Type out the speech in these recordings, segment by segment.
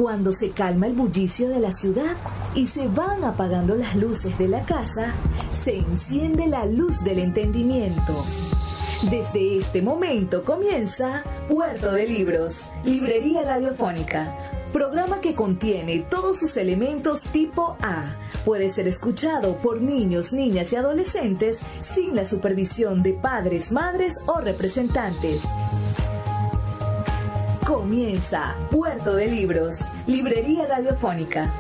Cuando se calma el bullicio de la ciudad y se van apagando las luces de la casa, se enciende la luz del entendimiento. Desde este momento comienza Puerto de Libros, librería radiofónica, programa que contiene todos sus elementos tipo A. Puede ser escuchado por niños, niñas y adolescentes sin la supervisión de padres, madres o representantes. Comienza Puerto de Libros, librería radiofónica.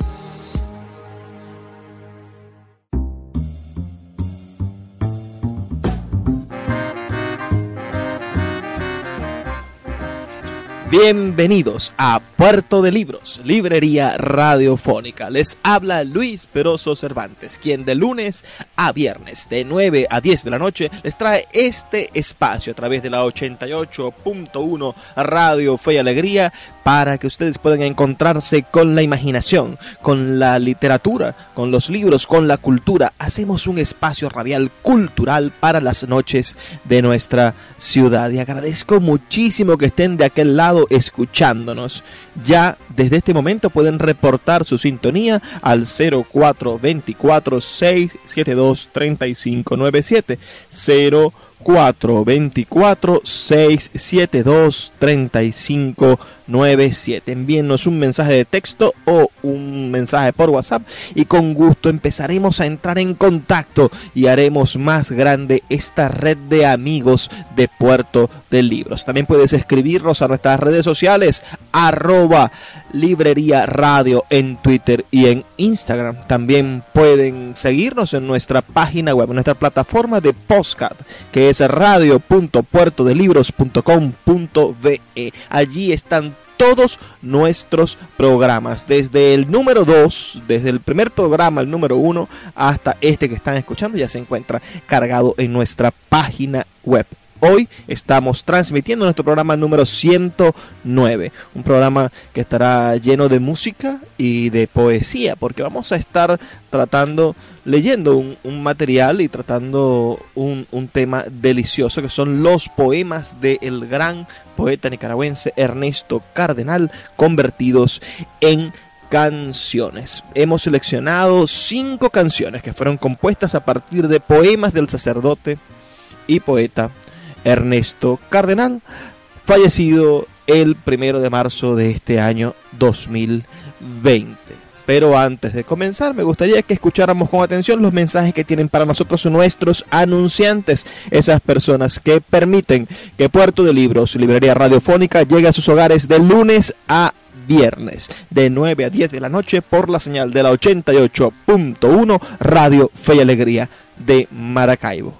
Bienvenidos a Puerto de Libros, librería radiofónica. Les habla Luis Peroso Cervantes, quien de lunes a viernes de 9 a 10 de la noche les trae este espacio a través de la 88.1 Radio Fe y Alegría para que ustedes puedan encontrarse con la imaginación, con la literatura, con los libros, con la cultura. Hacemos un espacio radial cultural para las noches de nuestra ciudad y agradezco muchísimo que estén de aquel lado escuchándonos. Ya desde este momento pueden reportar su sintonía al 0424-672-3597 0424-672-3597. Envíennos un mensaje de texto o un mensaje por WhatsApp y con gusto empezaremos a entrar en contacto y haremos más grande esta red de amigos de Puerto de Libros. También puedes escribirnos a nuestras redes sociales @librería radio en Twitter y en Instagram. También pueden seguirnos en nuestra página web, en nuestra plataforma de podcast, que es radio.puertodelibros.com.be. Allí están todos nuestros programas, desde el número 2, desde el primer programa, el número 1, hasta este que están escuchando, ya se encuentra cargado en nuestra página web. Hoy estamos transmitiendo nuestro programa número 109, un programa que estará lleno de música y de poesía, porque vamos a estar leyendo un material y tratando un tema delicioso, que son los poemas del gran poeta nicaragüense Ernesto Cardenal, convertidos en canciones. Hemos seleccionado 5 canciones que fueron compuestas a partir de poemas del sacerdote y poeta Ernesto Cardenal, fallecido el 1 de marzo de este año 2020. Pero antes de comenzar, me gustaría que escucháramos con atención los mensajes que tienen para nosotros nuestros anunciantes, esas personas que permiten que Puerto de Libros, librería radiofónica, llegue a sus hogares de lunes a viernes, de 9 a 10 de la noche, por la señal de la 88.1 Radio Fe y Alegría de Maracaibo.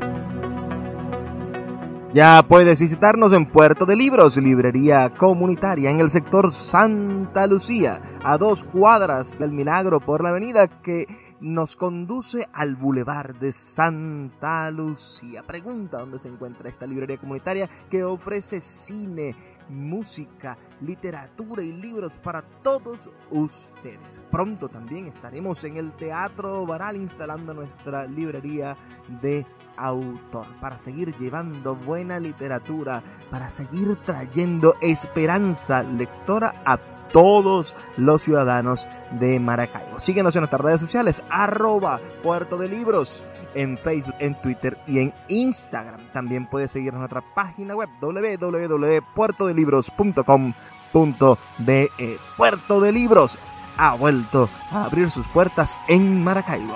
Ya puedes visitarnos en Puerto de Libros, librería comunitaria en el sector Santa Lucía, a 2 cuadras del Milagro por la avenida que nos conduce al Boulevard de Santa Lucía. Pregunta dónde se encuentra esta librería comunitaria que ofrece cine, música, literatura y libros para todos ustedes. Pronto también estaremos en el Teatro Baral instalando nuestra librería de autor para seguir llevando buena literatura, para seguir trayendo esperanza lectora a todos los ciudadanos de Maracaibo. Síguenos en nuestras redes sociales, @Puerto de Libros, en Facebook, en Twitter y en Instagram. También puedes seguirnos en nuestra página web, www.puertodelibros.com.be. Puerto de Libros ha vuelto a abrir sus puertas en Maracaibo.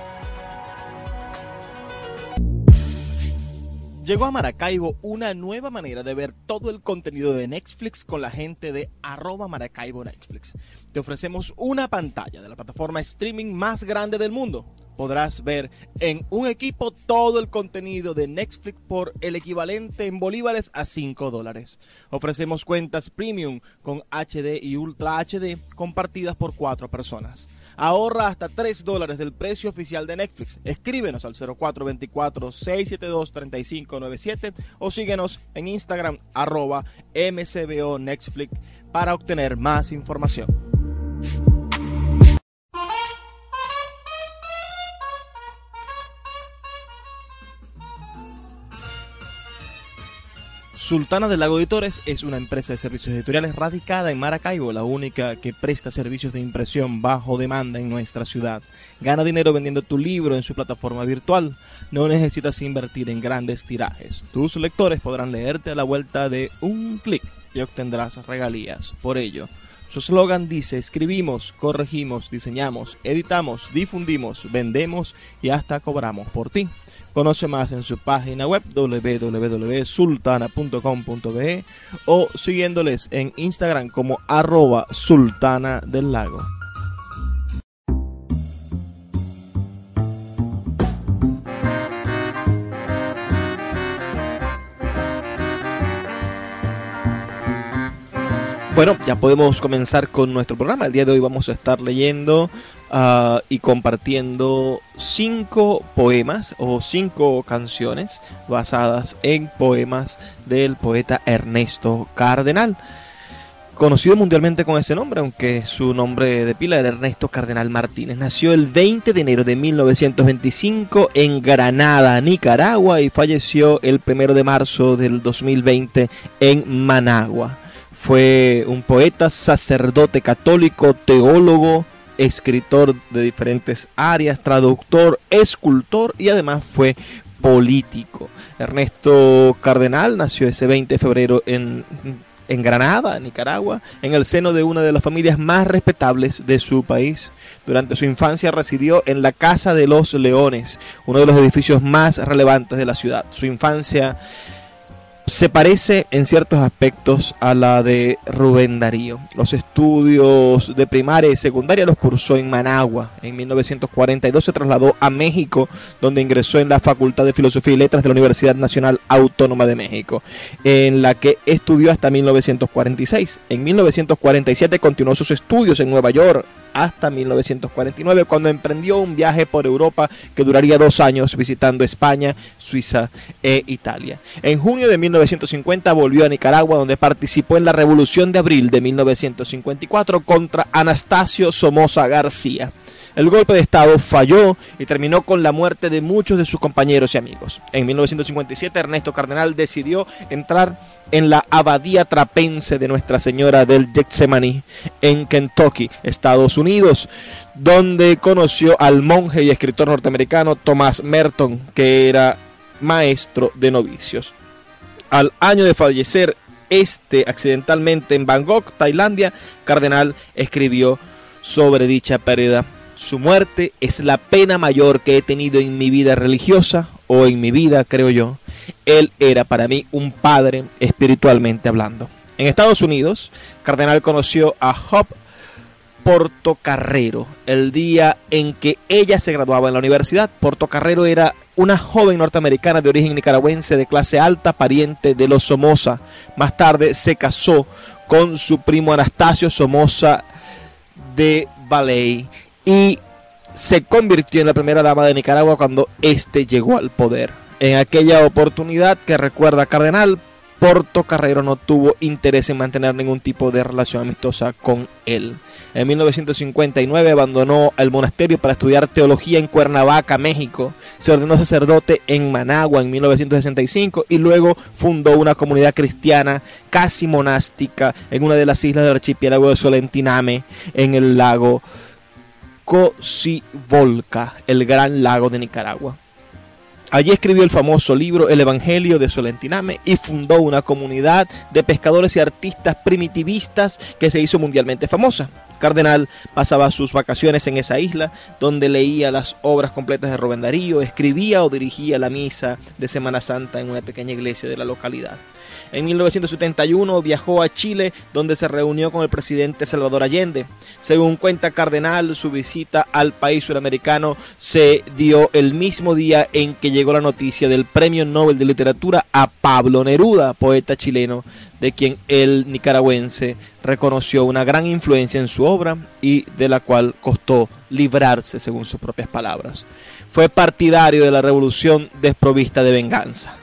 Llegó a Maracaibo una nueva manera de ver todo el contenido de Netflix con la gente de @Maracaibo Netflix. Te ofrecemos una pantalla de la plataforma streaming más grande del mundo. Podrás ver en un equipo todo el contenido de Netflix por el equivalente en bolívares a $5. Ofrecemos cuentas premium con HD y Ultra HD compartidas por 4 personas. Ahorra hasta $3 del precio oficial de Netflix. Escríbenos al 0424-672-3597 o síguenos en Instagram @MCBO Netflix para obtener más información. Sultana del Lago Editores es una empresa de servicios editoriales radicada en Maracaibo, la única que presta servicios de impresión bajo demanda en nuestra ciudad. Gana dinero vendiendo tu libro en su plataforma virtual. No necesitas invertir en grandes tirajes. Tus lectores podrán leerte a la vuelta de un clic y obtendrás regalías. Por ello, su eslogan dice: escribimos, corregimos, diseñamos, editamos, difundimos, vendemos y hasta cobramos por ti. Conoce más en su página web www.sultana.com.be o siguiéndoles en Instagram como @Sultana del Lago. Bueno, ya podemos comenzar con nuestro programa. El día de hoy vamos a estar leyendo y compartiendo 5 poemas o 5 canciones basadas en poemas del poeta Ernesto Cardenal, conocido mundialmente con ese nombre, aunque su nombre de pila era Ernesto Cardenal Martínez. Nació el 20 de enero de 1925 en Granada, Nicaragua, y falleció el 1 de marzo del 2020 en Managua. Fue un poeta, sacerdote católico, teólogo, escritor de diferentes áreas, traductor, escultor y además fue político. Ernesto Cardenal nació ese 20 de febrero en Granada, Nicaragua, en el seno de una de las familias más respetables de su país. Durante su infancia residió en la Casa de los Leones, uno de los edificios más relevantes de la ciudad. Su infancia se parece en ciertos aspectos a la de Rubén Darío. Los estudios de primaria y secundaria los cursó en Managua. En 1942 se trasladó a México, donde ingresó en la Facultad de Filosofía y Letras de la Universidad Nacional Autónoma de México, en la que estudió hasta 1946. En 1947 continuó sus estudios en Nueva York hasta 1949, cuando emprendió un viaje por Europa que duraría 2 años, visitando España, Suiza e Italia. En junio de 1950 volvió a Nicaragua, donde participó en la Revolución de Abril de 1954 contra Anastasio Somoza García. El golpe de Estado falló y terminó con la muerte de muchos de sus compañeros y amigos. En 1957 Ernesto Cardenal decidió entrar en la abadía trapense de Nuestra Señora del Getsemaní en Kentucky, Estados Unidos, donde conoció al monje y escritor norteamericano Thomas Merton, que era maestro de novicios. Al año de fallecer accidentalmente en Bangkok, Tailandia, Cardenal escribió sobre dicha pérdida: su muerte es la pena mayor que he tenido en mi vida religiosa, o en mi vida, creo yo. Él era para mí un padre, espiritualmente hablando. En Estados Unidos, Cardenal conoció a Hope Portocarrero el día en que ella se graduaba en la universidad. Portocarrero era una joven norteamericana de origen nicaragüense de clase alta, pariente de los Somoza. Más tarde se casó con su primo Anastasio Somoza de Valley y se convirtió en la primera dama de Nicaragua cuando éste llegó al poder. En aquella oportunidad, que recuerda Cardenal, Portocarrero no tuvo interés en mantener ningún tipo de relación amistosa con él. En 1959 abandonó el monasterio para estudiar teología en Cuernavaca, México. Se ordenó sacerdote en Managua en 1965 y luego fundó una comunidad cristiana casi monástica en una de las islas del archipiélago de Solentiname, en el lago Cocibolca, el gran lago de Nicaragua. Allí escribió el famoso libro El Evangelio de Solentiname y fundó una comunidad de pescadores y artistas primitivistas que se hizo mundialmente famosa. Cardenal pasaba sus vacaciones en esa isla, donde leía las obras completas de Rubén Darío, escribía o dirigía la misa de Semana Santa en una pequeña iglesia de la localidad. En 1971 viajó a Chile, donde se reunió con el presidente Salvador Allende. Según cuenta Cardenal, su visita al país suramericano se dio el mismo día en que llegó la noticia del Premio Nobel de Literatura a Pablo Neruda, poeta chileno, de quien el nicaragüense reconoció una gran influencia en su obra y de la cual costó librarse, según sus propias palabras. Fue partidario de la revolución desprovista de venganza.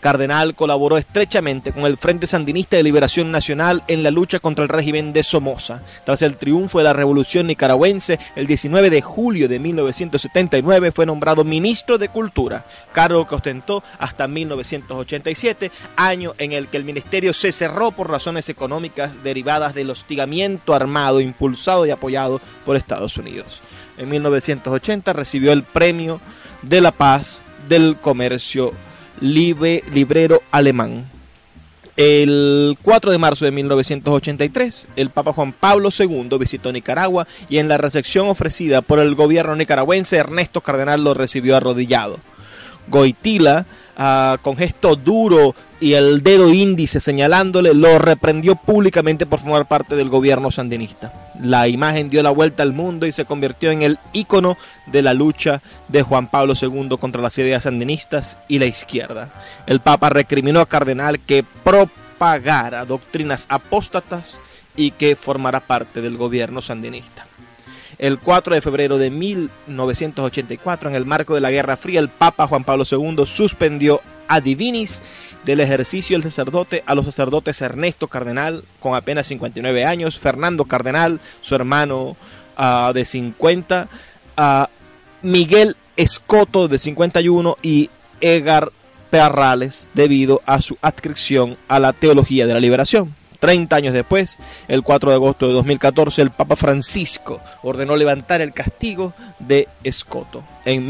Cardenal colaboró estrechamente con el Frente Sandinista de Liberación Nacional en la lucha contra el régimen de Somoza. Tras el triunfo de la Revolución Nicaragüense, el 19 de julio de 1979 fue nombrado Ministro de Cultura, cargo que ostentó hasta 1987, año en el que el ministerio se cerró por razones económicas derivadas del hostigamiento armado impulsado y apoyado por Estados Unidos. En 1980 recibió el Premio de la Paz del Comercio Librero Alemán. El 4 de marzo de 1983, el Papa Juan Pablo II visitó Nicaragua y en la recepción ofrecida por el gobierno nicaragüense, Ernesto Cardenal lo recibió arrodillado. Goitila, con gesto duro y el dedo índice señalándole, lo reprendió públicamente por formar parte del gobierno sandinista. La imagen dio la vuelta al mundo y se convirtió en el ícono de la lucha de Juan Pablo II contra las ideas sandinistas y la izquierda. El Papa recriminó a Cardenal que propagara doctrinas apóstatas y que formara parte del gobierno sandinista. El 4 de febrero de 1984, en el marco de la Guerra Fría, el Papa Juan Pablo II suspendió a divinis del ejercicio del sacerdote a los sacerdotes Ernesto Cardenal, con apenas 59 años, Fernando Cardenal, su hermano de 50, Miguel Escoto, de 51, y Edgar Perrales, debido a su adscripción a la teología de la liberación. 30 años después, el 4 de agosto de 2014, el Papa Francisco ordenó levantar el castigo de Escoto. En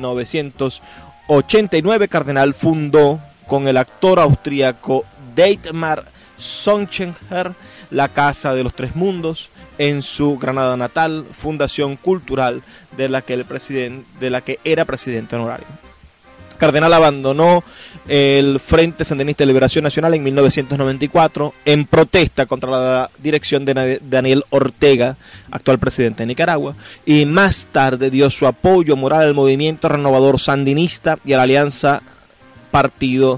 1989, Cardenal fundó con el actor austríaco Dietmar Sonchenger la Casa de los Tres Mundos en su Granada natal, fundación cultural de la que era presidente honorario. Cardenal abandonó el Frente Sandinista de Liberación Nacional en 1994 en protesta contra la dirección de Daniel Ortega, actual presidente de Nicaragua, y más tarde dio su apoyo moral al movimiento renovador sandinista y a la alianza partido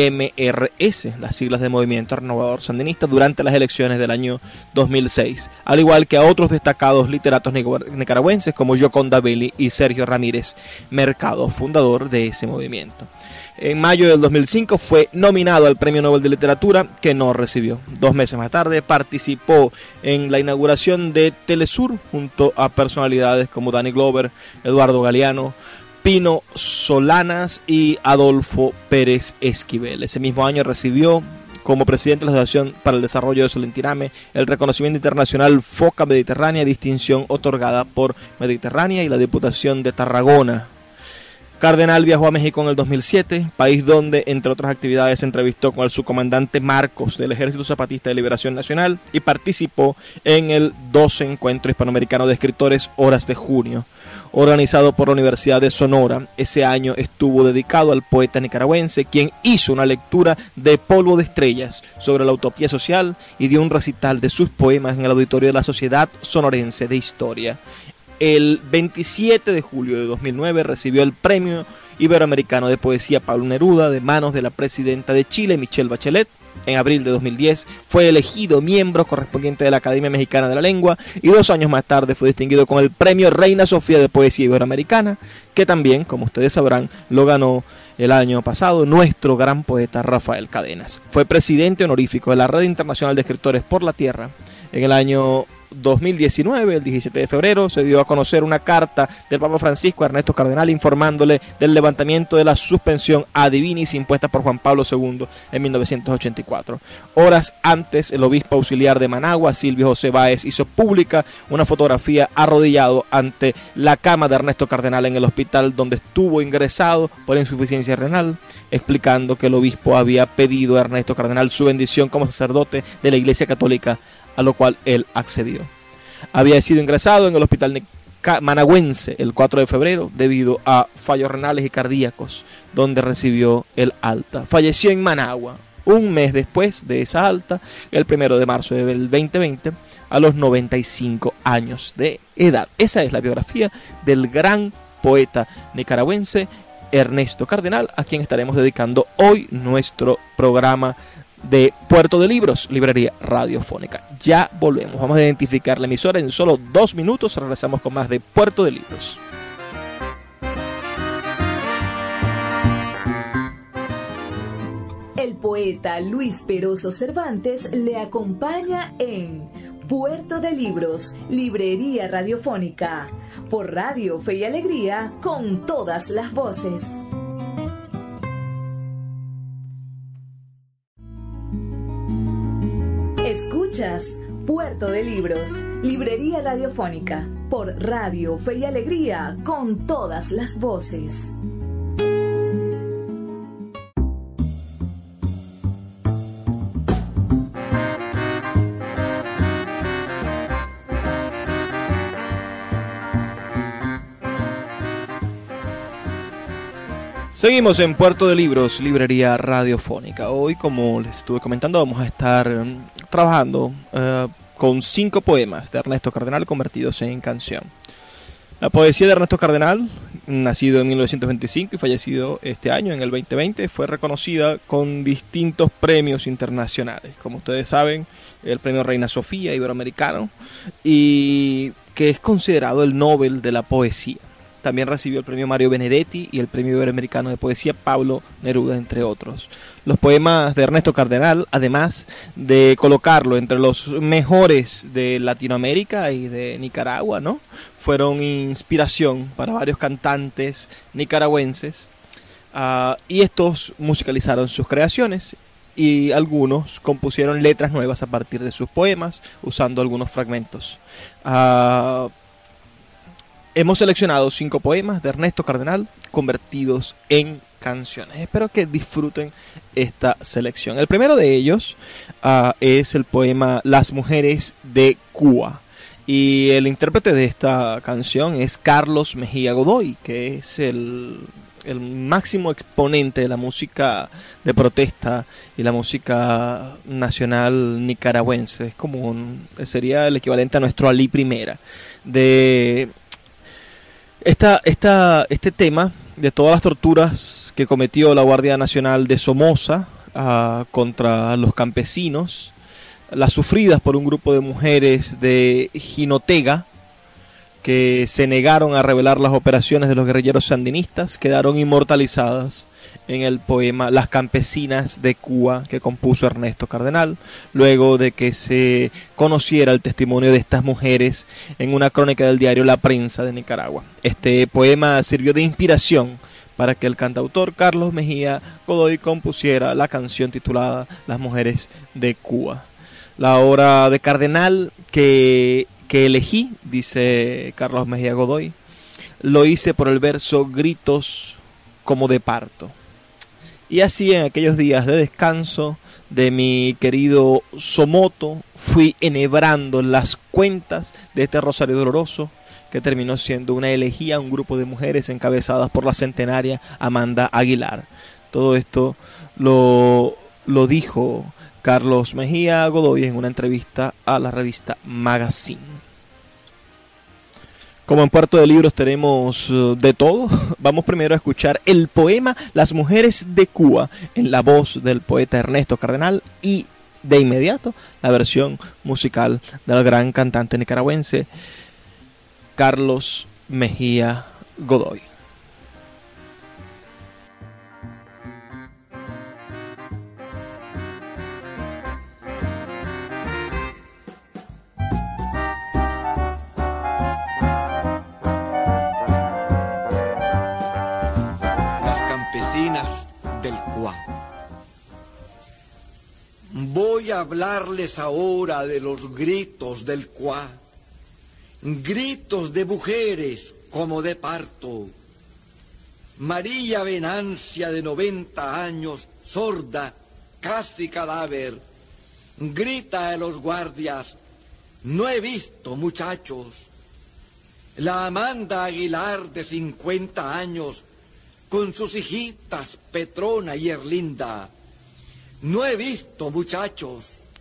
MRS, las siglas de Movimiento Renovador Sandinista, durante las elecciones del año 2006, al igual que a otros destacados literatos nicaragüenses como Gioconda Belli y Sergio Ramírez Mercado, fundador de ese movimiento. En mayo del 2005 fue nominado al Premio Nobel de Literatura, que no recibió. 2 meses más tarde participó en la inauguración de Telesur junto a personalidades como Danny Glover, Eduardo Galeano, Pino Solanas y Adolfo Pérez Esquivel. Ese mismo año recibió como presidente de la Asociación para el Desarrollo de Solentiname el reconocimiento internacional FOCA Mediterránea, distinción otorgada por Mediterránea y la Diputación de Tarragona. Cardenal viajó a México en el 2007, país donde, entre otras actividades, se entrevistó con el subcomandante Marcos del Ejército Zapatista de Liberación Nacional y participó en el 12 Encuentro Hispanoamericano de Escritores Horas de Junio, organizado por la Universidad de Sonora. Ese año estuvo dedicado al poeta nicaragüense, quien hizo una lectura de Polvo de Estrellas sobre la utopía social y dio un recital de sus poemas en el auditorio de la Sociedad Sonorense de Historia. El 27 de julio de 2009 recibió el Premio Iberoamericano de Poesía Pablo Neruda de manos de la presidenta de Chile, Michelle Bachelet. En abril de 2010 fue elegido miembro correspondiente de la Academia Mexicana de la Lengua y 2 años más tarde fue distinguido con el Premio Reina Sofía de Poesía Iberoamericana, que también, como ustedes sabrán, lo ganó el año pasado nuestro gran poeta Rafael Cadenas. Fue presidente honorífico de la Red Internacional de Escritores por la Tierra. En el año 2019, el 17 de febrero, se dio a conocer una carta del Papa Francisco a Ernesto Cardenal informándole del levantamiento de la suspensión ad divinis impuesta por Juan Pablo II en 1984. Horas antes, el obispo auxiliar de Managua, Silvio José Báez, hizo pública una fotografía arrodillado ante la cama de Ernesto Cardenal en el hospital donde estuvo ingresado por insuficiencia renal, explicando que el obispo había pedido a Ernesto Cardenal su bendición como sacerdote de la Iglesia Católica, a lo cual él accedió. Había sido ingresado en el hospital managüense el 4 de febrero debido a fallos renales y cardíacos, donde recibió el alta. Falleció en Managua un mes después de esa alta, el 1 de marzo del 2020, a los 95 años de edad. Esa es la biografía del gran poeta nicaragüense Ernesto Cardenal, a quien estaremos dedicando hoy nuestro programa de Puerto de Libros, librería radiofónica. Ya volvemos, vamos a identificar la emisora en solo 2 minutos, regresamos con más de Puerto de Libros. El poeta Luis Peroso Cervantes le acompaña en Puerto de Libros, Librería Radiofónica, por Radio Fe y Alegría, con todas las voces. Escuchas Puerto de Libros, Librería Radiofónica, por Radio Fe y Alegría, con todas las voces. Seguimos en Puerto de Libros, Librería Radiofónica. Hoy, como les estuve comentando, vamos a estar trabajando con 5 poemas de Ernesto Cardenal convertidos en canción. La poesía de Ernesto Cardenal, nacido en 1925 y fallecido este año, en el 2020, fue reconocida con distintos premios internacionales. Como ustedes saben, el premio Reina Sofía Iberoamericano, y que es considerado el Nobel de la poesía. También recibió el premio Mario Benedetti y el premio Iberoamericano de poesía Pablo Neruda, entre otros. Los poemas de Ernesto Cardenal, además de colocarlo entre los mejores de Latinoamérica y de Nicaragua, ¿no?, fueron inspiración para varios cantantes nicaragüenses, y estos musicalizaron sus creaciones, y algunos compusieron letras nuevas a partir de sus poemas, usando algunos fragmentos. Hemos seleccionado 5 poemas de Ernesto Cardenal convertidos en canciones. Espero que disfruten esta selección. El primero de ellos es el poema Las Mujeres de Cuba. Y el intérprete de esta canción es Carlos Mejía Godoy, que es el máximo exponente de la música de protesta y la música nacional nicaragüense. Es como sería el equivalente a nuestro Alí Primera. Este tema de todas las torturas que cometió la Guardia Nacional de Somoza contra los campesinos, las sufridas por un grupo de mujeres de Jinotega que se negaron a revelar las operaciones de los guerrilleros sandinistas, quedaron inmortalizadas en el poema Las Campesinas de Cuba, que compuso Ernesto Cardenal, luego de que se conociera el testimonio de estas mujeres en una crónica del diario La Prensa de Nicaragua. Este poema sirvió de inspiración para que el cantautor Carlos Mejía Godoy compusiera la canción titulada Las Mujeres de Cuba. La obra de Cardenal que elegí, dice Carlos Mejía Godoy, lo hice por el verso Gritos como de parto. Y así, en aquellos días de descanso de mi querido Somoto, fui enhebrando las cuentas de este rosario doloroso, que terminó siendo una elegía a un grupo de mujeres encabezadas por la centenaria Amanda Aguilar. Todo esto lo dijo Carlos Mejía Godoy en una entrevista a la revista Magazine. Como en Puerto de Libros tenemos de todo, vamos primero a escuchar el poema Las Mujeres de Cuba en la voz del poeta Ernesto Cardenal, y de inmediato la versión musical del gran cantante nicaragüense Carlos Mejía Godoy. Del Cuá. Voy a hablarles ahora de los gritos del Cuá, gritos de mujeres como de parto. María Venancia, de 90 años, sorda, casi cadáver, grita a los guardias: no he visto, muchachos. La Amanda Aguilar, de 50 años, con sus hijitas Petrona y Erlinda: no he visto, muchachos.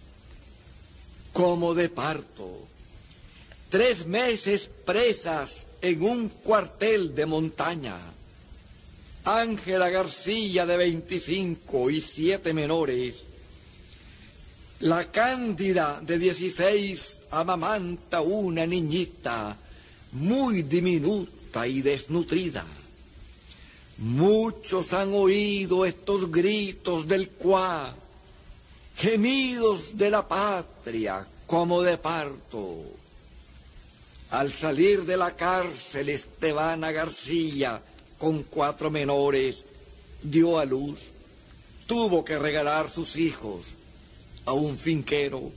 Como de parto. 3 meses presas en un cuartel de montaña. Ángela García, de 25, y 7 menores. La Cándida, de 16, amamanta una niñita muy diminuta y desnutrida. Muchos han oído estos gritos del cuá, gemidos de la patria como de parto. Al salir de la cárcel, Estevana García, con 4 menores, dio a luz. Tuvo que regalar sus hijos a un finquero.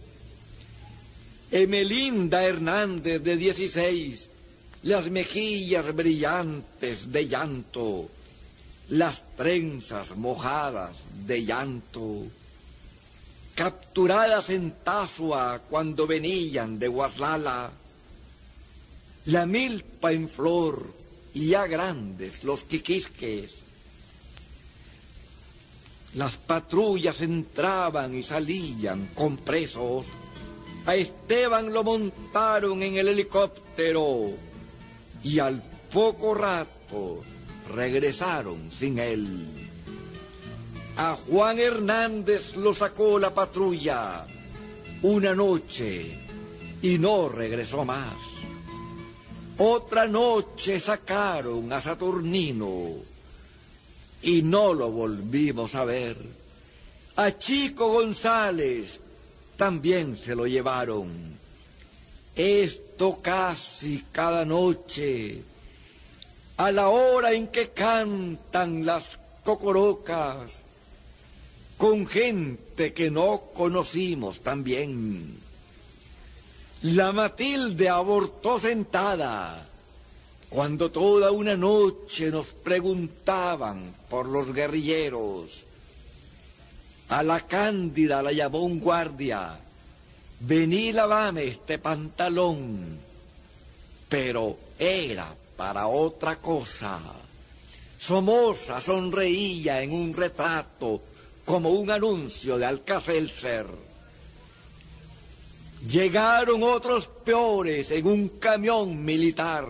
Emelinda Hernández, de 16, las mejillas brillantes de llanto, las trenzas mojadas de llanto. Capturadas en Tazua cuando venían de Guaslala, la milpa en flor y ya grandes los quiquisques. Las patrullas entraban y salían con presos. A Esteban lo montaron en el helicóptero y al poco rato regresaron sin él. A Juan Hernández lo sacó la patrulla una noche y no regresó más. Otra noche sacaron a Saturnino y no lo volvimos a ver. A Chico González también se lo llevaron. Esto casi cada noche, a la hora en que cantan las cocorocas, con gente que no conocimos también. La Matilde abortó sentada, cuando toda una noche nos preguntaban por los guerrilleros. A la Cándida la llamó un guardia: vení, lavame este pantalón. Pero era para otra cosa. Somoza sonreía en un retrato como un anuncio de Alka-Seltzer. Llegaron otros peores en un camión militar.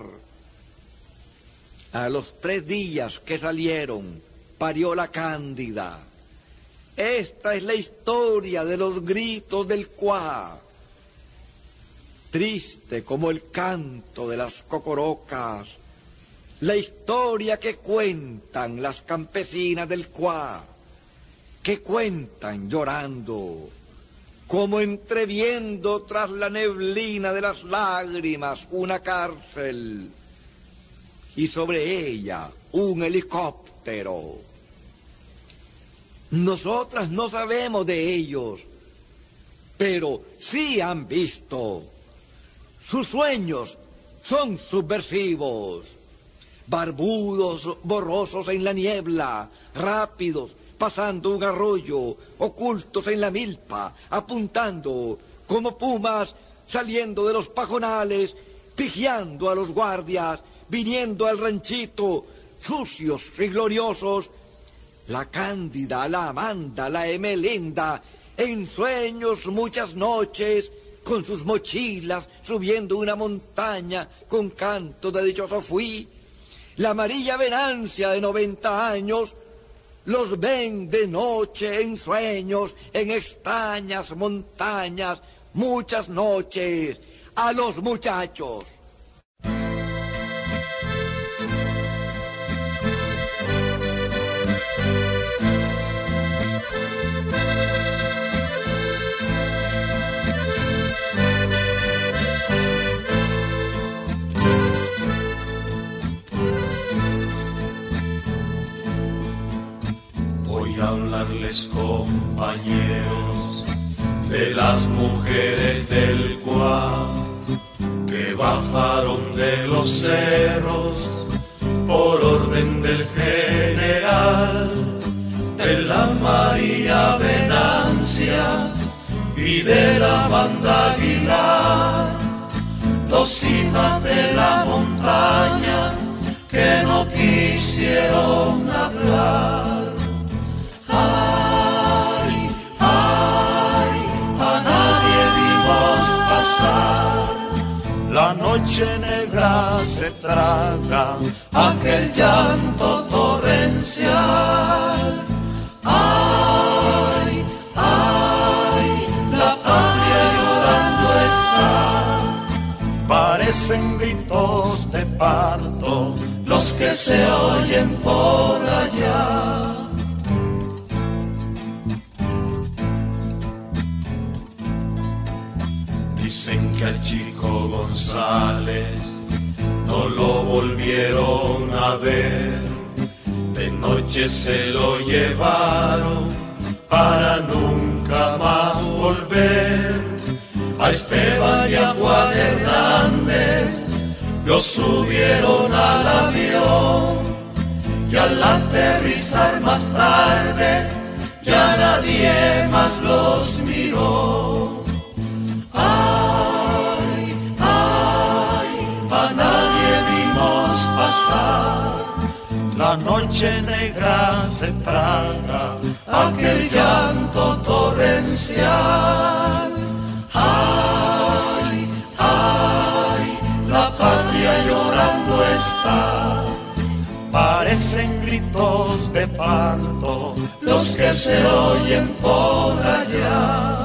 A los 3 días que salieron, parió la Cándida. Esta es la historia de los gritos del cuá. Triste como el canto de las cocorocas, la historia que cuentan las campesinas del cuá, que cuentan llorando, como entreviendo tras la neblina de las lágrimas una cárcel y sobre ella un helicóptero. Nosotras no sabemos de ellos, pero sí han visto. Sus sueños son subversivos, barbudos, borrosos en la niebla, rápidos, pasando un arroyo, ocultos en la milpa, apuntando como pumas, saliendo de los pajonales, pigiando a los guardias, viniendo al ranchito, sucios y gloriosos. La Cándida, la Amanda, la Emelinda, en sueños muchas noches, con sus mochilas, subiendo una montaña, con canto de dichoso fui. La María Venancia, de 90 años, los ven de noche en sueños, en extrañas montañas, muchas noches, a los muchachos. Voy a hablarles, compañeros, de las mujeres del cuá que bajaron de los cerros por orden del general, de la María Venancia y de la Amanda Aguilar, 2 hijas de la montaña que no quisieron hablar. Ay, ay, a nadie vimos pasar. La noche negra se traga aquel llanto torrencial. Ay, ay, la patria llorando está. Parecen gritos de parto los los que se oyen por allá. Dicen que al chico González no lo volvieron a ver, de noche se lo llevaron para nunca más volver. A Esteban y a Juan Hernández los subieron al avión y al aterrizar más tarde ya nadie más los miró. Ay, ay, a nadie vimos pasar. La noche negra se traga aquel llanto torrencial. Ay, ay, la patria llorando está. Parecen gritos de parto los que se oyen por allá.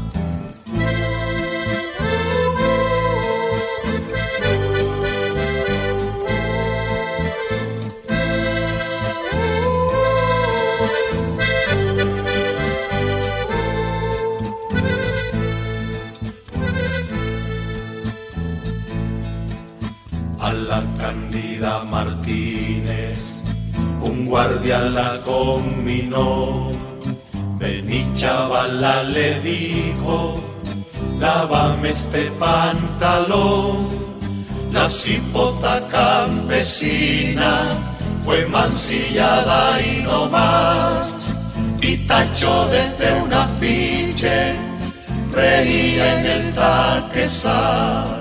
A la Cándida Martínez un guardia la conminó. Vení chavala, le dijo, lávame este pantalón. La cipota campesina fue mancillada y no más, y tachó desde un afiche, reía en el taquezal.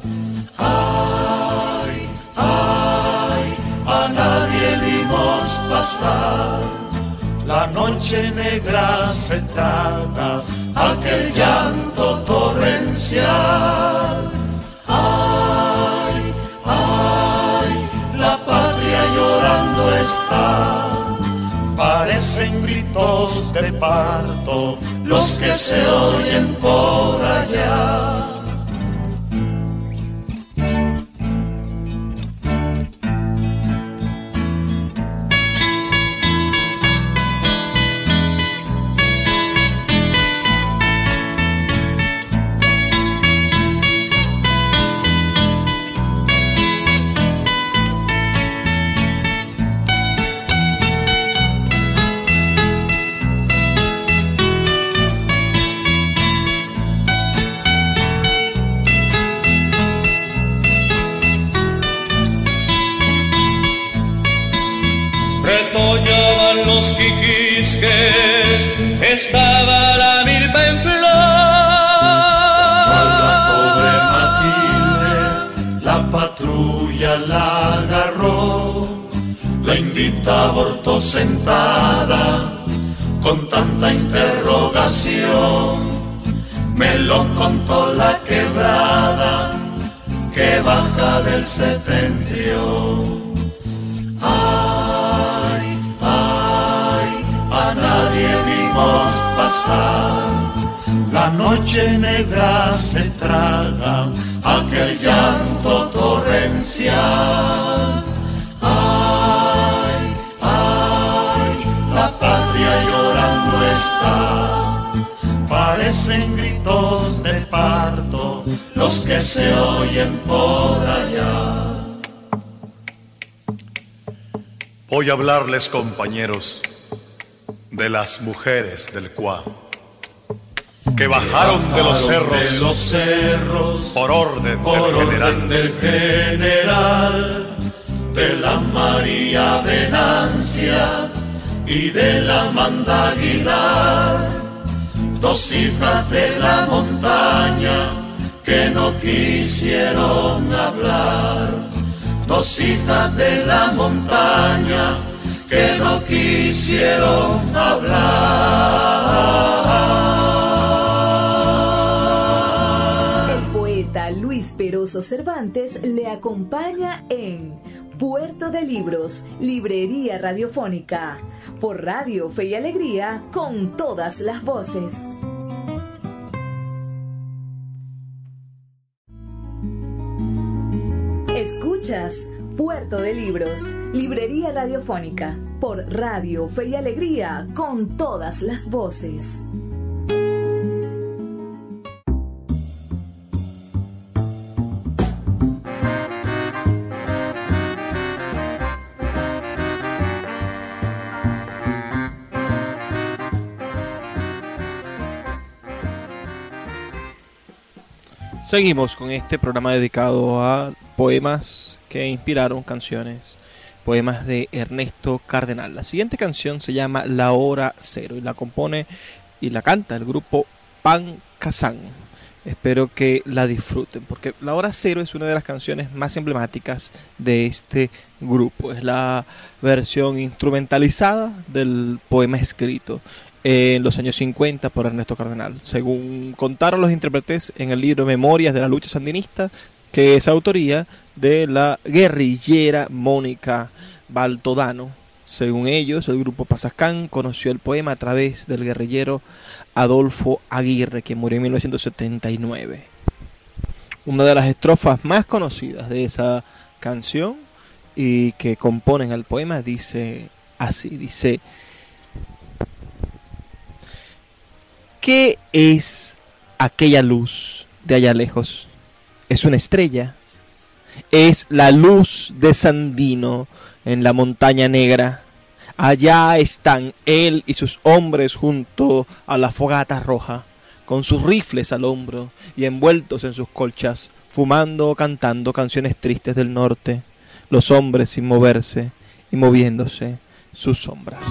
Ay, ay, a nadie vimos pasar. La noche negra se traga aquel llanto torrencial. Ay, ay, la patria llorando está. Parecen gritos de parto los que se oyen por allá. Retoñaban los quiquisques, estaba la milpa en flor. La pobre Matilde, la patrulla la agarró, la invita a aborto sentada, con tanta interrogación. Me lo contó la quebrada, que baja del septentrión. Ay, ay, a nadie vimos pasar. La noche negra se traga aquel llanto torrencial. Ay, ay, la patria llorando está. Parecen gritos de parto los que se oyen por allá. Voy a hablarles, compañeros, de las mujeres del Cuá, que bajaron de los cerros por orden del general, de la María Venancia y de la Amanda Aguilar, dos hijas de la montaña que no quisieron hablar. Dos hijas de la montaña que no quisieron hablar. El poeta Luis Peroso Cervantes le acompaña en Puerto de Libros, Librería Radiofónica, por Radio Fe y Alegría, con todas las voces. Escuchas Puerto de Libros, Librería Radiofónica, por Radio Fe y Alegría, con todas las voces. Seguimos con este programa dedicado a poemas que inspiraron canciones, poemas de Ernesto Cardenal. La siguiente canción se llama La Hora Cero y la compone y la canta el grupo Pan Kazan. Espero que la disfruten porque La Hora Cero es una de las canciones más emblemáticas de este grupo. Es la versión instrumentalizada del poema escrito en los años 50 por Ernesto Cardenal, según contaron los intérpretes en el libro Memorias de la Lucha Sandinista, que es autoría de la guerrillera Mónica Baltodano. Según ellos, el grupo Pasascán conoció el poema a través del guerrillero Adolfo Aguirre, que murió en 1979. Una de las estrofas más conocidas de esa canción y que componen el poema dice así, dice: ¿qué es aquella luz de allá lejos? ¿Es una estrella? Es la luz de Sandino en la montaña negra. Allá están él y sus hombres junto a la fogata roja, con sus rifles al hombro y envueltos en sus colchas, fumando o cantando canciones tristes del norte, los hombres sin moverse y moviéndose sus sombras.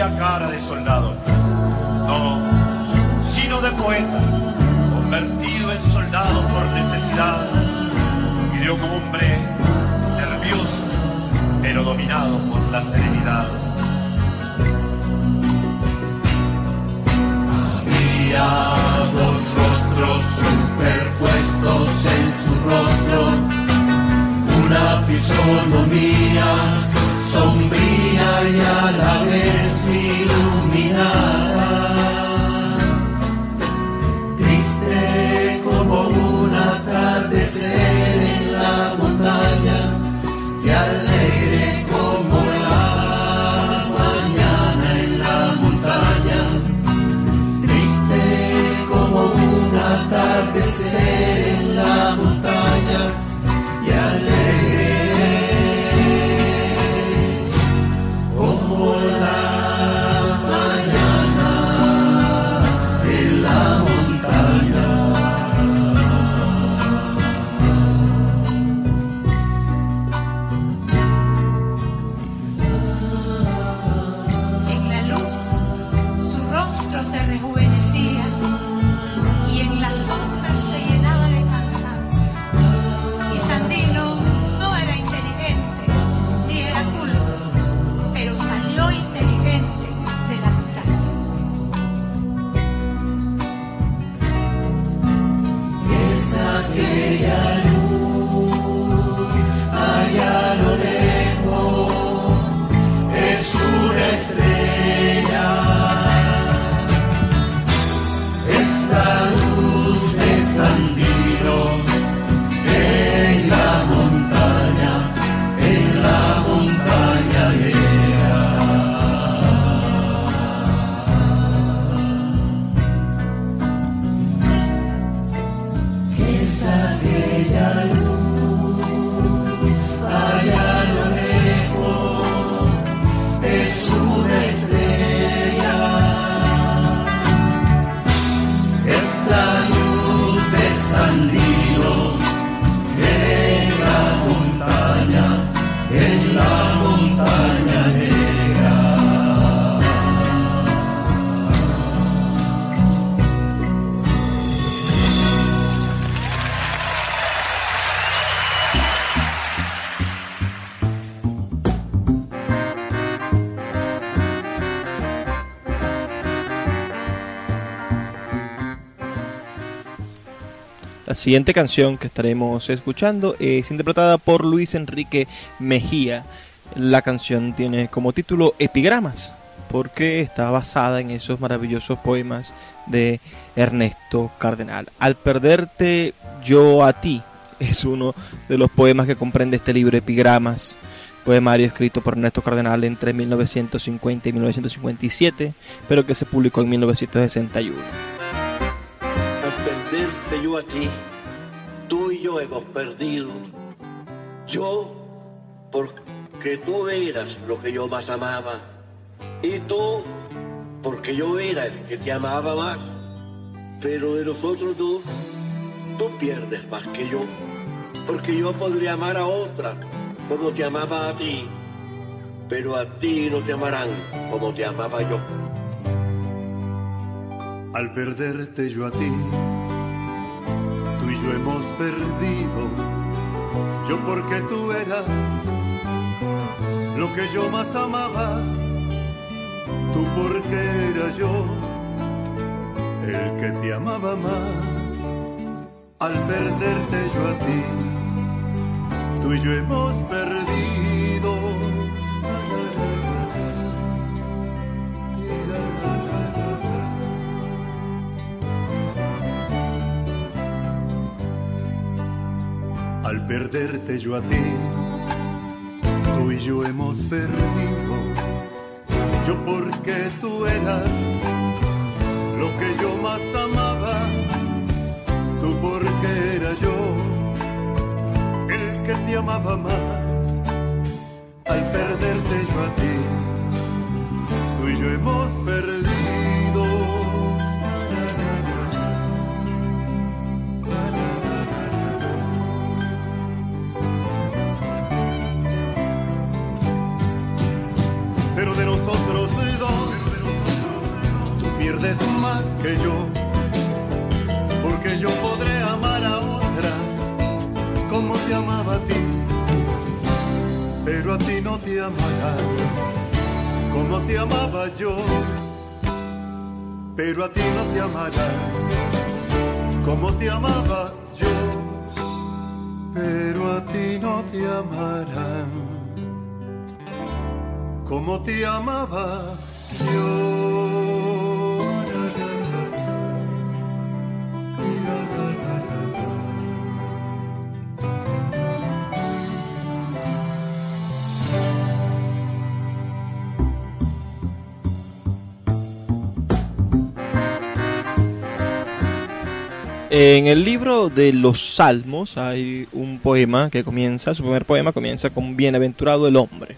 tenía cara de soldado, no, sino de poeta, convertido en soldado por necesidad, y de un hombre nervioso, pero dominado por la serenidad. Había dos rostros superpuestos en su rostro, una fisonomía sombría y a la vez iluminada, triste como un atardecer en la montaña y alegre como la mañana en la montaña, triste como un atardecer en la montaña y alegre como la mañana en la montaña. En la luz su rostro se rejuvenecía y en la sombra se llenaba de cansancio. Y Sandino no era inteligente ni era culto, pero salió inteligente de la montaña. Es aquella luz allá a lo lejos, es una estrella, es la luz de Sandino en la montaña llega. Es aquella luz allá a lo lejos, es una estrella, es la luz de Sandino en la montaña negra. La siguiente canción que estaremos escuchando es interpretada por Luis Enrique Mejía. La canción tiene como título Epigramas, porque está basada en esos maravillosos poemas de Ernesto Cardenal. Al perderte yo a ti es uno de los poemas que comprende este libro, Epigramas, poemario escrito por Ernesto Cardenal entre 1950 y 1957, pero que se publicó en 1961. Al perderte yo a ti, tú y yo hemos perdido. Yo, porque tú eras lo que yo más amaba, y tú, porque yo era el que te amaba más. Pero de nosotros dos, tú pierdes más que yo, porque yo podría amar a otra como te amaba a ti, pero a ti no te amarán como te amaba yo. Al perderte yo a ti, tú y yo hemos perdido. Yo porque tú eras lo que yo más amaba, tú porque era yo el que te amaba más. Al perderte yo a ti, tú y yo hemos perdido. Al perderte yo a ti, tú y yo hemos perdido. Yo porque tú eras lo que yo más amaba, tú porque era yo el que te amaba más. Al perderte yo a ti, tú y yo hemos perdido. Pero de nosotros dos, más que yo, porque yo podré amar a otras como te amaba a ti, pero a ti no te amará como te amaba yo, pero a ti no te amará como te amaba yo, pero a ti no te amarán como te amaba yo. En el libro de los Salmos hay un poema que comienza, su primer poema comienza con Bienaventurado el hombre.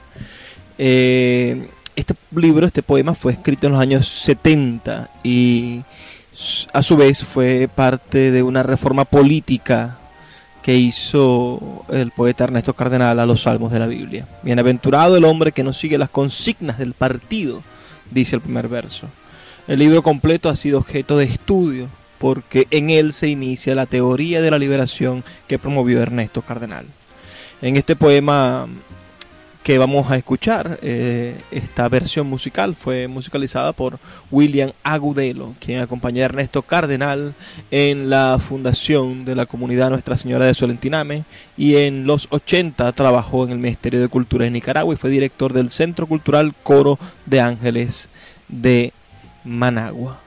Este poema fue escrito en los años 70 y a su vez fue parte de una reforma política que hizo el poeta Ernesto Cardenal a los Salmos de la Biblia. Bienaventurado el hombre que no sigue las consignas del partido, dice el primer verso. El libro completo ha sido objeto de estudio porque en él se inicia la teoría de la liberación que promovió Ernesto Cardenal. En este poema que vamos a escuchar, esta versión musical fue musicalizada por William Agudelo, quien acompañó a Ernesto Cardenal en la fundación de la comunidad Nuestra Señora de Solentiname y en los 80 trabajó en el Ministerio de Cultura de Nicaragua y fue director del Centro Cultural Coro de Ángeles de Managua.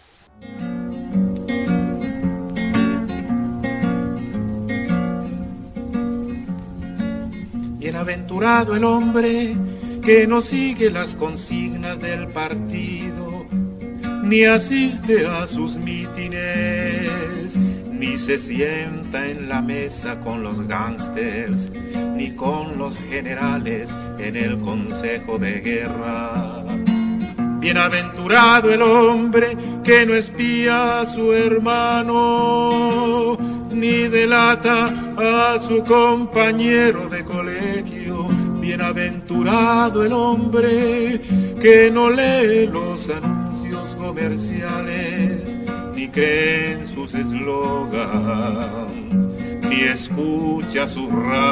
Bienaventurado el hombre que no sigue las consignas del partido, ni asiste a sus mítines, ni se sienta en la mesa con los gángsters, ni con los generales en el consejo de guerra. Bienaventurado el hombre que no espía a su hermano, ni delata a su compañero de colegio. Bienaventurado el hombre que no lee los anuncios comerciales, ni cree en sus eslogans, ni escucha su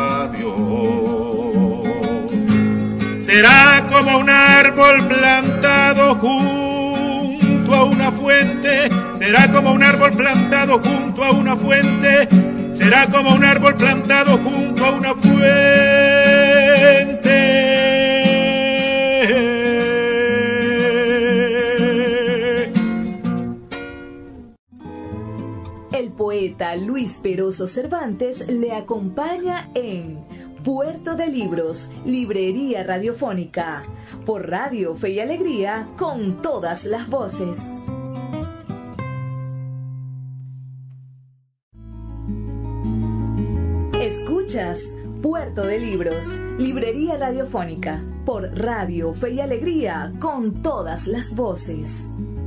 radio. Será como un árbol plantado junto a una fuente, será como un árbol plantado junto a una fuente, será como un árbol plantado junto a una fuente. El poeta Luis Peroso Cervantes le acompaña en Puerto de Libros, Librería Radiofónica, por Radio Fe y Alegría, con todas las voces. Escuchas Puerto de Libros, Librería Radiofónica, por Radio Fe y Alegría, con todas las voces.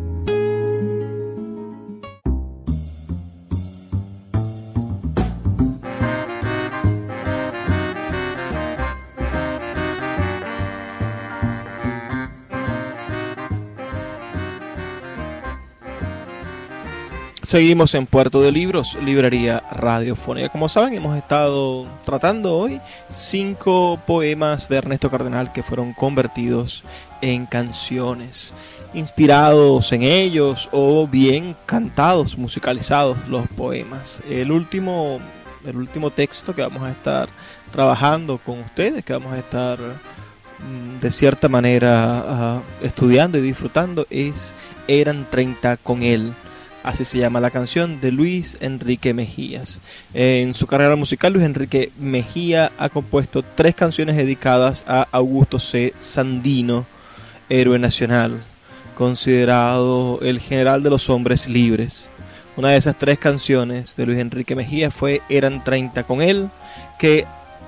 Seguimos en Puerto de Libros, Librería Radiofónica. Como saben, hemos estado tratando hoy 5 poemas de Ernesto Cardenal que fueron convertidos en canciones, inspirados en ellos o bien cantados, musicalizados los poemas. El último texto que vamos a estar trabajando con ustedes, que vamos a estar de cierta manera estudiando y disfrutando, es Eran 30 con él. Así se llama la canción, de Luis Enrique Mejías. En su carrera musical, Luis Enrique Mejía ha compuesto 3 canciones dedicadas a Augusto C. Sandino, héroe nacional, considerado el general de los hombres libres. Una de esas 3 canciones de Luis Enrique Mejía fue Eran 30 con él, que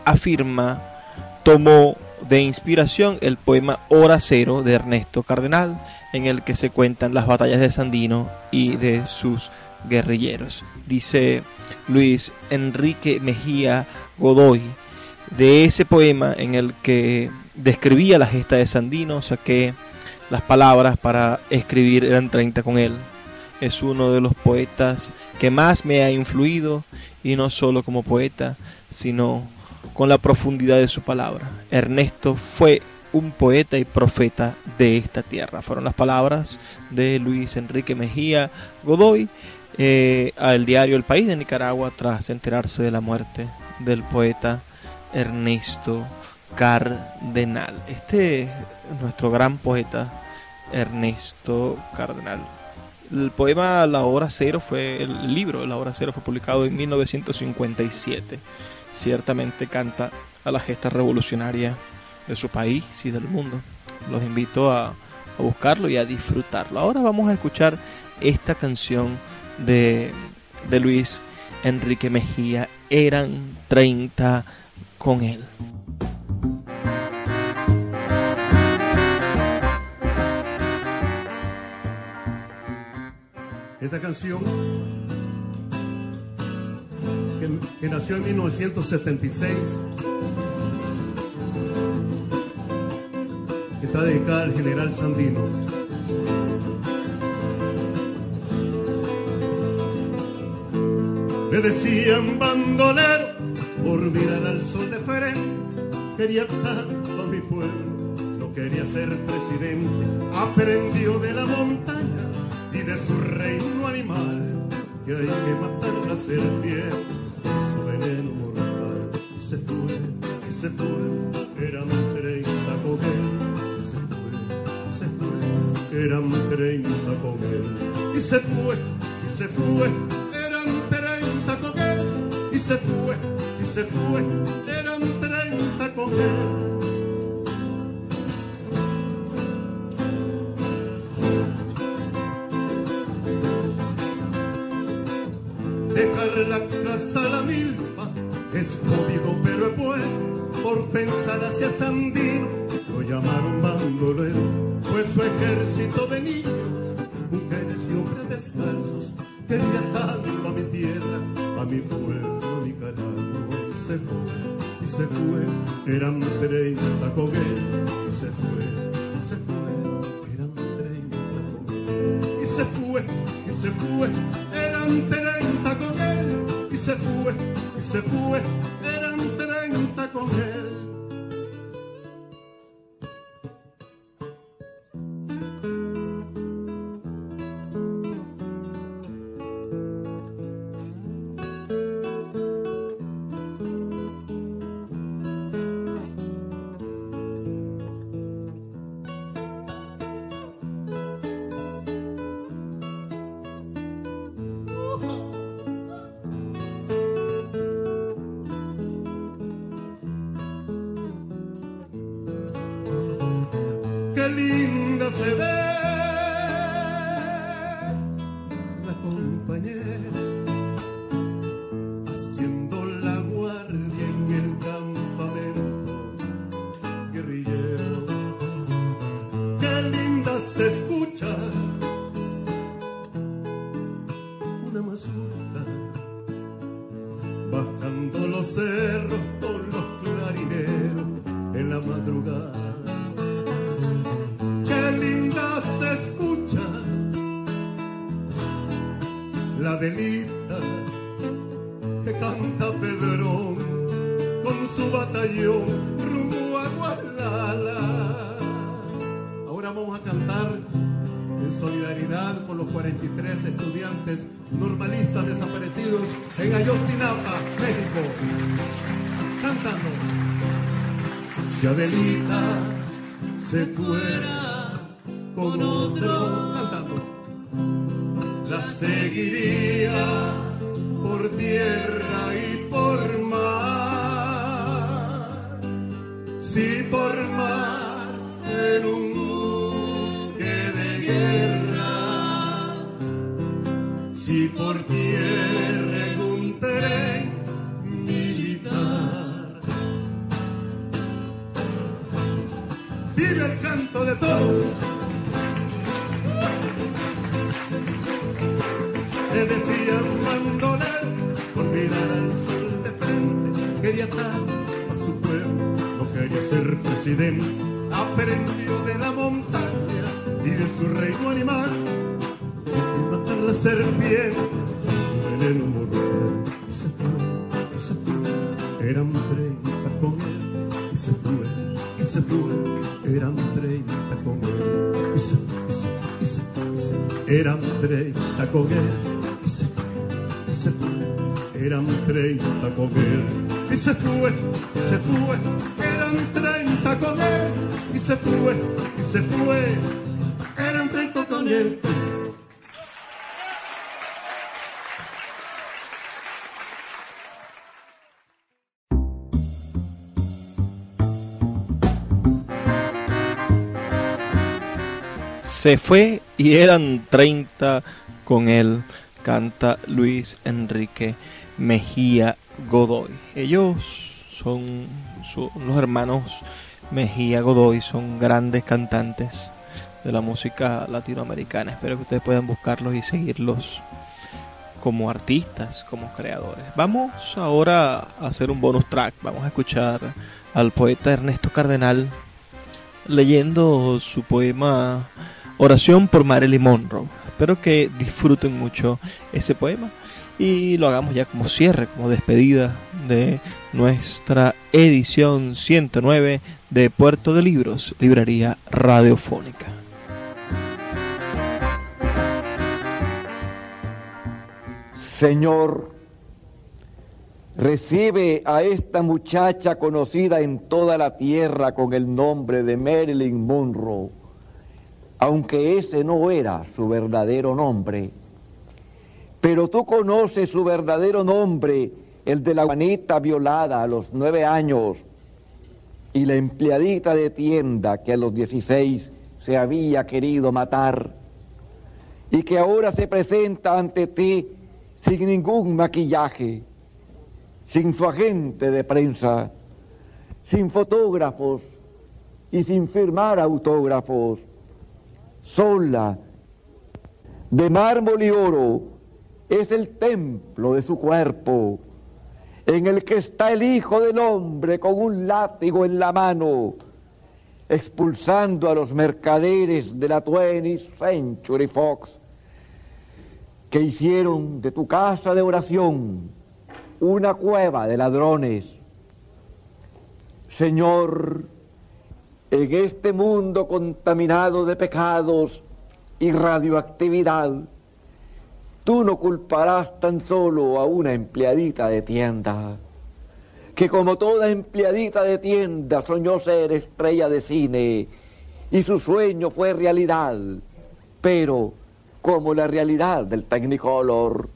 tomó de inspiración el poema Hora Cero de Ernesto Cardenal, en el que se cuentan las batallas de Sandino y de sus guerrilleros. Dice Luis Enrique Mejía Godoy: de ese poema en el que describía la gesta de Sandino, saqué las palabras para escribir Eran 30 con él. es uno de los poetas que más me ha influido, y no solo como poeta, sino con la profundidad de su palabra. Ernesto fue un poeta y profeta de esta tierra. Fueron las palabras de Luis Enrique Mejía Godoy al diario El País de Nicaragua tras enterarse de la muerte del poeta Ernesto Cardenal. Este es nuestro gran poeta Ernesto Cardenal. El poema el libro La Hora Cero fue publicado en 1957. Ciertamente canta a la gesta revolucionaria de su país y del mundo. Los invito a buscarlo y a disfrutarlo. Ahora vamos a escuchar esta canción de Luis Enrique Mejía, Eran 30 con él. Esta canción que nació en 1976 está dedicada al general Sandino. Me decían bandolero por mirar al sol de frente, quería tanto a mi pueblo, no quería ser presidente. Aprendió de la montaña y de su reino animal que hay que matar la serpiente y su veneno mortal. Y se fue, eran 30 con él. Y se fue, eran 30 con él. Y se fue, eran 30 con él. Y se fue, eran 30 con él. Dejar la casa a la milpa es jodido pero es bueno. Por pensar hacia Sandino lo llamaron bandolero. Fue su ejército de niños, mujeres y hombres descalzos. Quería tanto a mi tierra, a mi pueblo Nicaragua. Y se fue, eran 30 con él. Y se fue, eran 30 con él. Y se fue, eran 30 con él. Y se fue, eran 30 con él. Qué linda se ve la compañera haciendo la guardia en el campamento guerrillero. Qué linda se escucha una mazurca bajando los cerros con los clarineros en la madrugada. La delita que canta Pedrón con su batallón rumbo a Guadalajara. Ahora vamos a cantar en solidaridad con los 43 estudiantes normalistas desaparecidos en Ayotzinapa, México. Cantando. Si Adelita se fuera con otro, cantando, la seguiría por tierra y por mar. Si por mar en un buque de guerra, si por tierra en un tren militar. Vive el canto de todos. Le decía un bandolero por mirar al sol de frente, quería tanto a su pueblo, no quería ser presidente. Aprendió de la montaña y de su reino animal que matar la serpiente en el morro. Y se fue, eran 30 con él. Y se fue, eran 30 con él. Y se eran 30 con él. Y se fue, eran 30 con él. Y se fue, eran 30 con él. Y se fue, eran 30 con él. Se fue y eran 30 con él, canta Luis Enrique Mejía Godoy. Ellos son los hermanos Mejía Godoy, son grandes cantantes de la música latinoamericana. Espero que ustedes puedan buscarlos y seguirlos como artistas, como creadores. Vamos ahora a hacer un bonus track. Vamos a escuchar al poeta Ernesto Cardenal leyendo su poema Oración por Marilyn Monroe. Espero que disfruten mucho ese poema y lo hagamos ya como cierre, como despedida de nuestra edición 109 de Puerto de Libros, Librería Radiofónica. Señor, recibe a esta muchacha conocida en toda la tierra con el nombre de Marilyn Monroe, aunque ese no era su verdadero nombre. Pero tú conoces su verdadero nombre, el de la Juanita violada a los 9 años y la empleadita de tienda que a los 16 se había querido matar y que ahora se presenta ante ti sin ningún maquillaje, sin su agente de prensa, sin fotógrafos y sin firmar autógrafos, sola, de mármol y oro, es el templo de su cuerpo, en el que está el Hijo del Hombre con un látigo en la mano, expulsando a los mercaderes de la 20th Century Fox, que hicieron de tu casa de oración una cueva de ladrones. Señor, en este mundo contaminado de pecados y radioactividad, tú no culparás tan solo a una empleadita de tienda, que como toda empleadita de tienda soñó ser estrella de cine y su sueño fue realidad, pero como la realidad del Technicolor.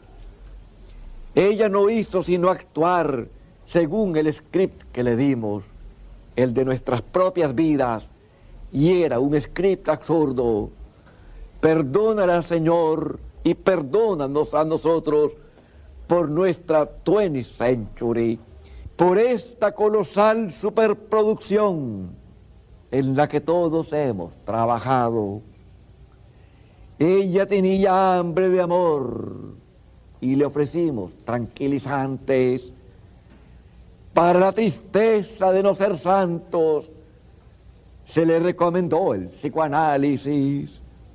Ella no hizo sino actuar según el script que le dimos, el de nuestras propias vidas, y era un script absurdo. Perdónala, Señor, y perdónanos a nosotros por nuestra 20th Century, por esta colosal superproducción en la que todos hemos trabajado. Ella tenía hambre de amor y le ofrecimos tranquilizantes. Para la tristeza de no ser santos, se le recomendó el psicoanálisis.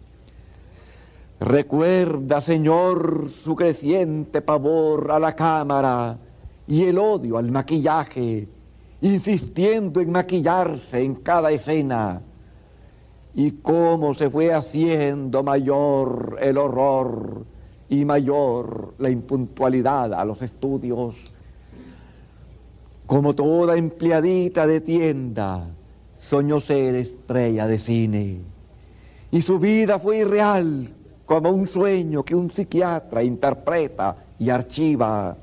Recuerda, Señor, su creciente pavor a la cámara y el odio al maquillaje, insistiendo en maquillarse en cada escena, y cómo se fue haciendo mayor el horror y mayor la impuntualidad a los estudios. Como toda empleadita de tienda, soñó ser estrella de cine, y su vida fue irreal, como un sueño que un psiquiatra interpreta y archiva.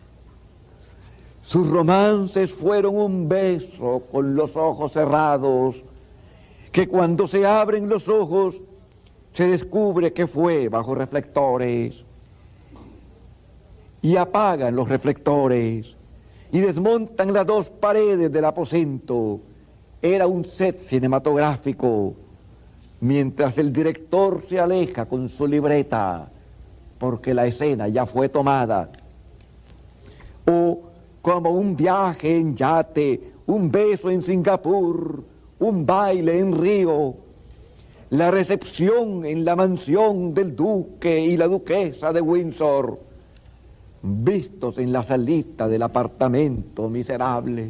Sus romances fueron un beso con los ojos cerrados, que cuando se abren los ojos se descubre que fue bajo reflectores, y apagan los reflectores y desmontan las 2 paredes del aposento. Era un set cinematográfico, mientras el director se aleja con su libreta, porque la escena ya fue tomada. O como un viaje en yate, un beso en Singapur, un baile en Río, la recepción en la mansión del duque y la duquesa de Windsor, vistos en la salita del apartamento miserable.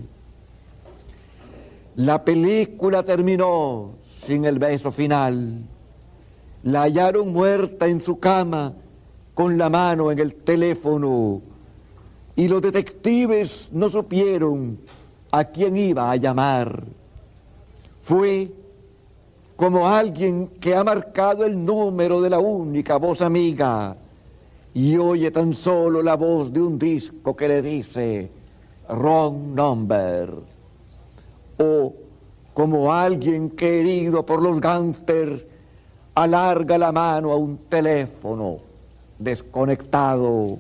La película terminó sin el beso final. La hallaron muerta en su cama con la mano en el teléfono y los detectives no supieron a quién iba a llamar. Fue como alguien que ha marcado el número de la única voz amiga y oye tan solo la voz de un disco que le dice wrong number. O como alguien que, herido por los gángsters, alarga la mano a un teléfono desconectado.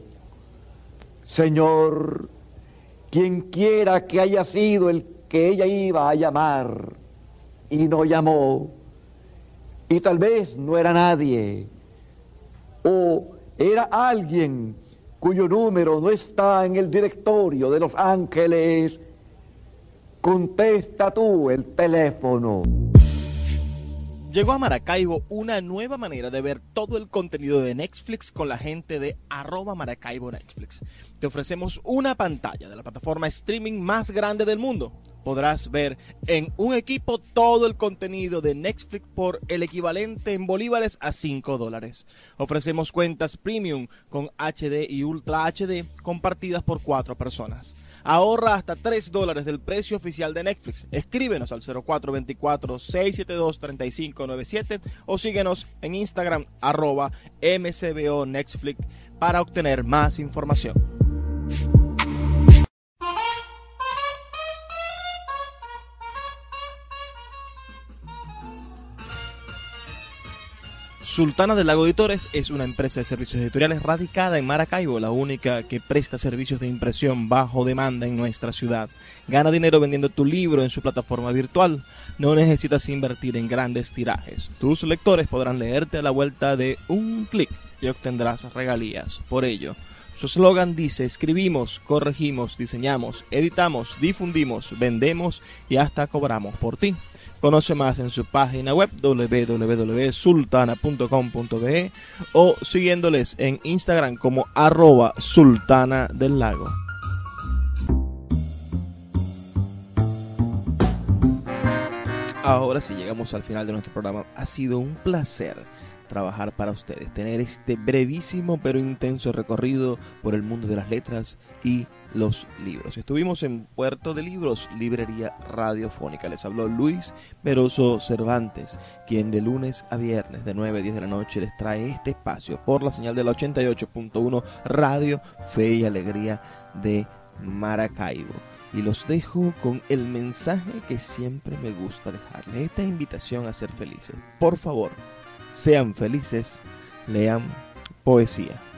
Señor, quien quiera que haya sido el que ella iba a llamar y no llamó, y tal vez no era nadie, o era alguien cuyo número no está en el directorio de Los Ángeles, contesta tú el teléfono. Llegó a Maracaibo una nueva manera de ver todo el contenido de Netflix con la gente de @Maracaibo Netflix. Te ofrecemos una pantalla de la plataforma streaming más grande del mundo. Podrás ver en un equipo todo el contenido de Netflix por el equivalente en bolívares a $5. Ofrecemos cuentas premium con HD y Ultra HD compartidas por 4 personas. Ahorra hasta $3 del precio oficial de Netflix. Escríbenos al 0424-672-3597 o síguenos en Instagram @MCBO Netflix para obtener más información. Sultana del Lago Editores es una empresa de servicios editoriales radicada en Maracaibo, la única que presta servicios de impresión bajo demanda en nuestra ciudad. Gana dinero vendiendo tu libro en su plataforma virtual. No necesitas invertir en grandes tirajes. Tus lectores podrán leerte a la vuelta de un clic y obtendrás regalías. Por ello, su eslogan dice: escribimos, corregimos, diseñamos, editamos, difundimos, vendemos y hasta cobramos por ti. Conoce más en su página web www.sultana.com.be o siguiéndoles en Instagram como @Sultana del Lago. Ahora sí llegamos al final de nuestro programa. Ha sido un placer trabajar para ustedes, tener este brevísimo pero intenso recorrido por el mundo de las letras y los libros. Estuvimos en Puerto de Libros, librería radiofónica. Les habló Luis Peroso Cervantes, quien de lunes a viernes de 9 a 10 de la noche les trae este espacio por la señal de la 88.1 Radio Fe y Alegría de Maracaibo. Y los dejo con el mensaje que siempre me gusta dejarles, esta invitación a ser felices. Por favor, sean felices, lean poesía.